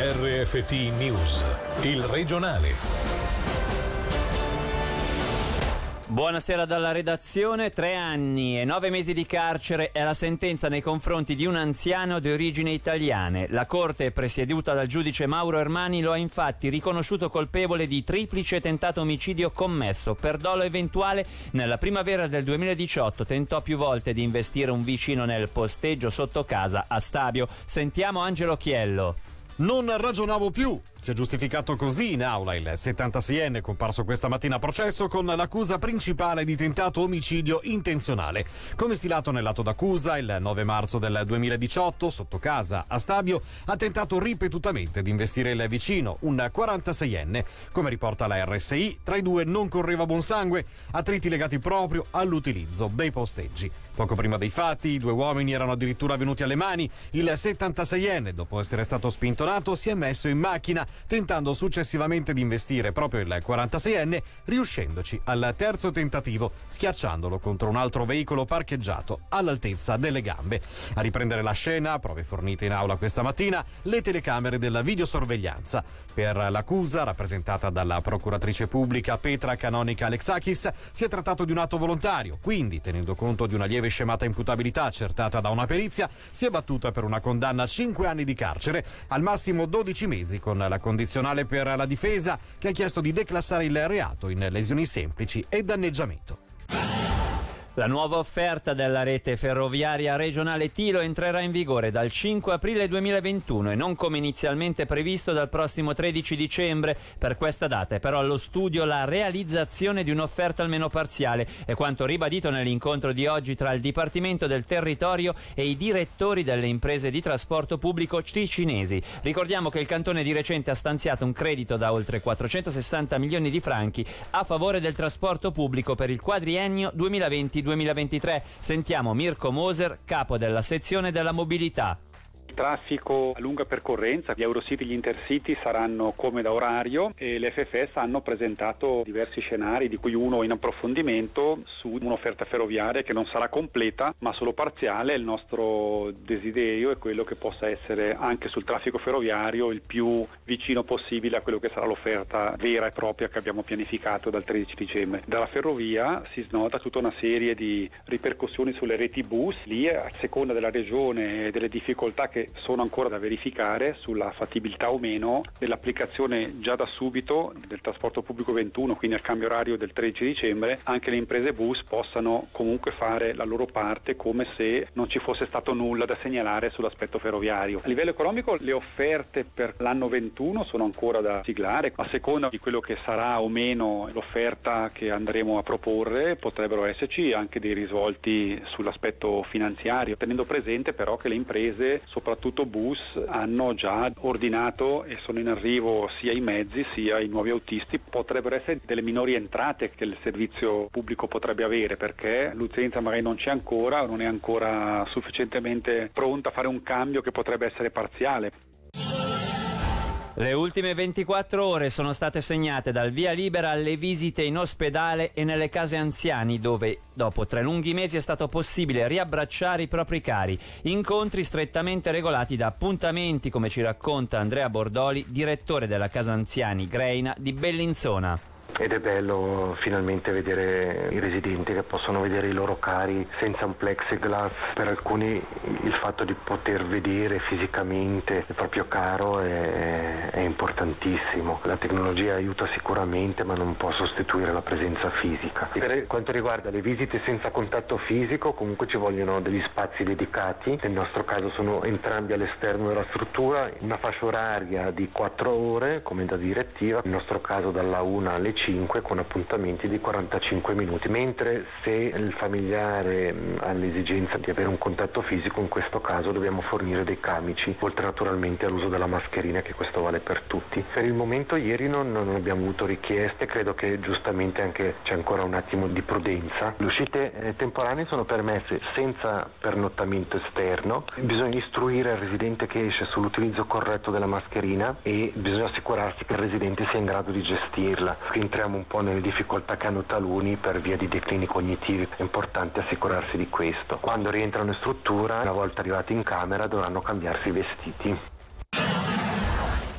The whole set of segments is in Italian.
RFT News, il regionale. Buonasera dalla redazione. 3 anni e 9 mesi di carcere è la sentenza nei confronti di un anziano di origini italiane. La corte, presieduta dal giudice Mauro Ermani, lo ha infatti riconosciuto colpevole di triplice tentato omicidio commesso per dolo eventuale. Nella primavera del 2018 tentò più volte di investire un vicino nel posteggio sotto casa a Stabio. Sentiamo Angelo Chiello. Non ragionavo più. Si è giustificato così in aula il 76enne comparso questa mattina a processo con l'accusa principale di tentato omicidio intenzionale. Come stilato nell'atto d'accusa, il 9 marzo del 2018, sotto casa a Stabio, ha tentato ripetutamente di investire il vicino, un 46enne. Come riporta la RSI, tra i due non correva buon sangue, attriti legati proprio all'utilizzo dei posteggi. Poco prima dei fatti, i due uomini erano addirittura venuti alle mani. Il 76enne, dopo essere stato spintonato, si è messo in macchina, tentando successivamente di investire proprio il 46enne, riuscendoci al terzo tentativo, schiacciandolo contro un altro veicolo parcheggiato all'altezza delle gambe. A riprendere la scena, prove fornite in aula questa mattina, le telecamere della videosorveglianza. Per l'accusa, rappresentata dalla procuratrice pubblica Petra Canonica Alexakis, si è trattato di un atto volontario, quindi, tenendo conto di una lieve scemata imputabilità accertata da una perizia, si è battuta per una condanna a 5 anni di carcere, al massimo 12 mesi con la condizionale per la difesa, che ha chiesto di declassare il reato in lesioni semplici e danneggiamento. La nuova offerta della rete ferroviaria regionale Tilo entrerà in vigore dal 5 aprile 2021 e non come inizialmente previsto dal prossimo 13 dicembre. Per questa data è però allo studio la realizzazione di un'offerta almeno parziale, è quanto ribadito nell'incontro di oggi tra il Dipartimento del Territorio e i direttori delle imprese di trasporto pubblico ticinesi. Ricordiamo che il cantone di recente ha stanziato un credito da oltre 460 milioni di franchi a favore del trasporto pubblico per il quadriennio 2020-2023. Sentiamo Mirko Moser, capo della sezione della mobilità. Il traffico a lunga percorrenza, gli Eurocity e gli Intercity saranno come da orario e le FFS hanno presentato diversi scenari, di cui uno in approfondimento su un'offerta ferroviaria che non sarà completa ma solo parziale. Il nostro desiderio è quello che possa essere anche sul traffico ferroviario il più vicino possibile a quello che sarà l'offerta vera e propria che abbiamo pianificato dal 13 dicembre. Dalla ferrovia si snota tutta una serie di ripercussioni sulle reti bus, lì a seconda della regione e delle difficoltà che sono ancora da verificare sulla fattibilità o meno dell'applicazione già da subito del trasporto pubblico 21, quindi al cambio orario del 13 dicembre, anche le imprese bus possano comunque fare la loro parte come se non ci fosse stato nulla da segnalare sull'aspetto ferroviario. A livello economico le offerte per l'anno 21 sono ancora da siglare, a seconda di quello che sarà o meno l'offerta che andremo a proporre potrebbero esserci anche dei risvolti sull'aspetto finanziario, tenendo presente però che le imprese, soprattutto bus, hanno già ordinato e sono in arrivo sia i mezzi sia i nuovi autisti. Potrebbero essere delle minori entrate che il servizio pubblico potrebbe avere perché l'utenza magari non c'è ancora o non è ancora sufficientemente pronta a fare un cambio che potrebbe essere parziale. Le ultime 24 ore sono state segnate dal via libera alle visite in ospedale e nelle case anziani, dove dopo 3 lunghi mesi è stato possibile riabbracciare i propri cari. Incontri strettamente regolati da appuntamenti, come ci racconta Andrea Bordoli, direttore della casa anziani Greina di Bellinzona. Ed è bello finalmente vedere i residenti che possono vedere i loro cari senza un plexiglass. Per alcuni il fatto di poter vedere fisicamente il proprio caro è importantissimo. La tecnologia aiuta sicuramente, ma non può sostituire la presenza fisica. Per quanto riguarda le visite senza contatto fisico, comunque ci vogliono degli spazi dedicati. Nel nostro caso sono entrambi all'esterno della struttura, una fascia oraria di 4 ore come da direttiva, nel nostro caso dalla 1 alle 5 con appuntamenti di 45 minuti, mentre se il familiare ha l'esigenza di avere un contatto fisico, in questo caso dobbiamo fornire dei camici, oltre naturalmente all'uso della mascherina, che questo vale per tutti. Per il momento ieri non abbiamo avuto richieste, credo che giustamente anche c'è ancora un attimo di prudenza. Le uscite temporanee sono permesse senza pernottamento esterno, bisogna istruire il residente che esce sull'utilizzo corretto della mascherina e bisogna assicurarsi che il residente sia in grado di gestirla. Entriamo un po' nelle difficoltà che hanno taluni per via di declini cognitivi, è importante assicurarsi di questo. Quando rientrano in struttura, una volta arrivati in camera, dovranno cambiarsi i vestiti.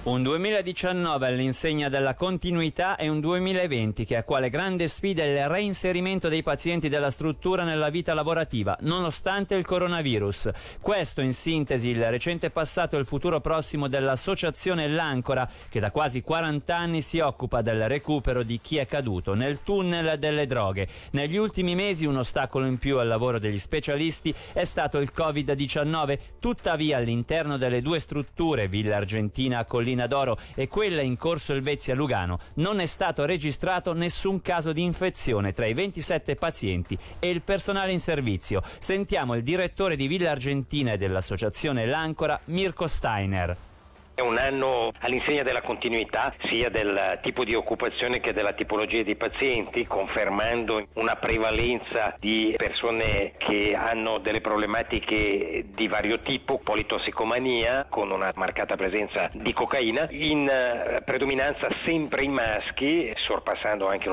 Un 2019 all'insegna della continuità e un 2020 che ha quale grande sfida il reinserimento dei pazienti della struttura nella vita lavorativa, nonostante il coronavirus. Questo in sintesi il recente passato e il futuro prossimo dell'associazione L'Ancora, che da quasi 40 anni si occupa del recupero di chi è caduto nel tunnel delle droghe. Negli ultimi mesi un ostacolo in più al lavoro degli specialisti è stato il Covid-19, tuttavia all'interno delle due strutture, Villa Argentina a Collina d'Oro e quella in Corso Elvezia a Lugano, non è stato registrato nessun caso di infezione tra i 27 pazienti e il personale in servizio. Sentiamo il direttore di Villa Argentina e dell'associazione L'Ancora, Mirko Steiner. È un anno all'insegna della continuità sia del tipo di occupazione che della tipologia di pazienti, confermando una prevalenza di persone che hanno delle problematiche di vario tipo, politossicomania con una marcata presenza di cocaina, in predominanza sempre i maschi, sorpassando anche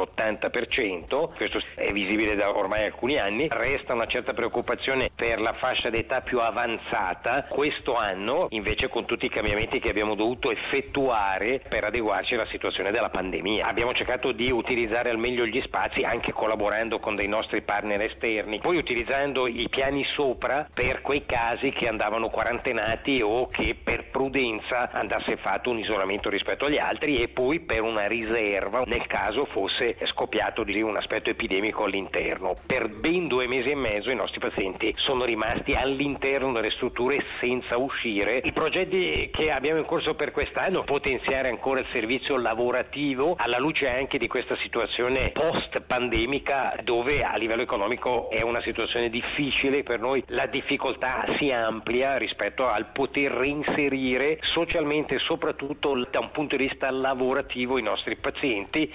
l'80%, questo è visibile da ormai alcuni anni. Resta una certa preoccupazione per la fascia d'età più avanzata questo anno, invece con tutti i cambiamenti che abbiamo dovuto effettuare per adeguarci alla situazione della pandemia. Abbiamo cercato di utilizzare al meglio gli spazi, anche collaborando con dei nostri partner esterni, poi utilizzando i piani sopra per quei casi che andavano quarantenati o che per prudenza andasse fatto un isolamento rispetto agli altri, e poi per una riserva nel caso fosse scoppiato di un aspetto epidemico all'interno. Per ben 2 mesi e mezzo i nostri pazienti sono rimasti all'interno delle strutture senza uscire. I progetti che abbiamo in corso per quest'anno: potenziare ancora il servizio lavorativo alla luce anche di questa situazione post pandemica, dove a livello economico è una situazione difficile. Per noi la difficoltà si amplia rispetto al poter reinserire socialmente, soprattutto da un punto di vista lavorativo, i nostri pazienti.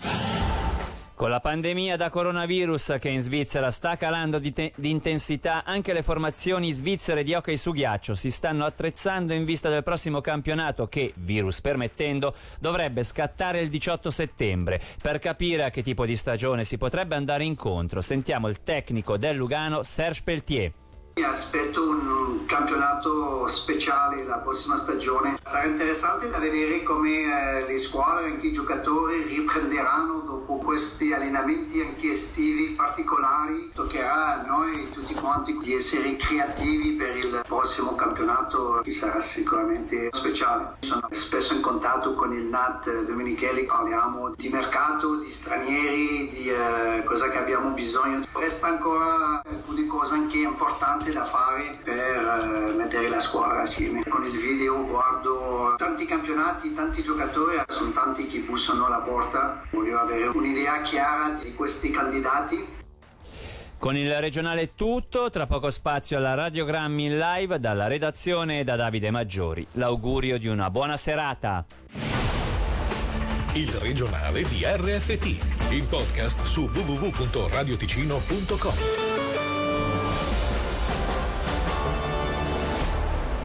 Con la pandemia da coronavirus che in Svizzera sta calando di intensità, anche le formazioni svizzere di hockey su ghiaccio si stanno attrezzando in vista del prossimo campionato che, virus permettendo, dovrebbe scattare il 18 settembre. Per capire a che tipo di stagione si potrebbe andare incontro, sentiamo il tecnico del Lugano, Serge Pelletier. Mi aspetto un campionato speciale la prossima stagione. Sarà interessante da vedere come le squadre e anche i giocatori riprenderanno dopo questi allenamenti anche estivi particolari. Toccherà a noi tutti quanti di essere creativi per il prossimo campionato, che sarà sicuramente speciale. Sono spesso in contatto con il Nat Domenichelli, parliamo di mercato, di stranieri, di cosa che abbiamo bisogno. Resta ancora alcune cose anche importanti da fare per mettere la squadra assieme. Con il video guardo tanti campionati, tanti giocatori, sono tanti che bussano alla porta. Voglio avere un'idea chiara di questi candidati. Con il regionale è tutto, tra poco spazio alla Radiogrammi in live dalla redazione e da Davide Maggiori. L'augurio di una buona serata. Il regionale di RFT, il podcast su www.radioticino.com.